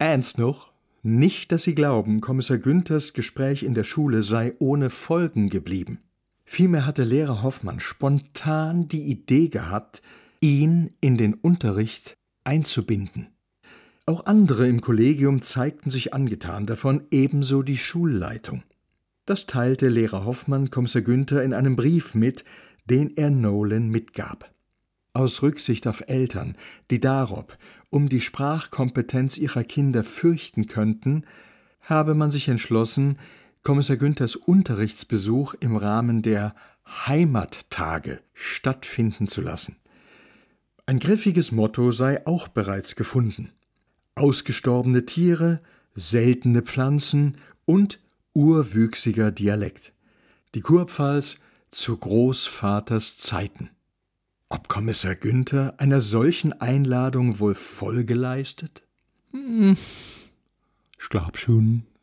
Ernst noch? Nicht, dass Sie glauben, Kommissar Günthers Gespräch in der Schule sei ohne Folgen geblieben. Vielmehr hatte Lehrer Hoffmann spontan die Idee gehabt, ihn in den Unterricht einzubinden. Auch andere im Kollegium zeigten sich angetan davon, ebenso die Schulleitung. Das teilte Lehrer Hoffmann Kommissar Günther in einem Brief mit, den er Nolan mitgab. Aus Rücksicht auf Eltern, die darob um die Sprachkompetenz ihrer Kinder fürchten könnten, habe man sich entschlossen, Kommissar Günthers Unterrichtsbesuch im Rahmen der Heimattage stattfinden zu lassen. Ein griffiges Motto sei auch bereits gefunden: ausgestorbene Tiere, seltene Pflanzen und urwüchsiger Dialekt. Die Kurpfalz zu Großvaters Zeiten. Ob Kommissar Günther einer solchen Einladung wohl Folge leistet? Ich glaub schon.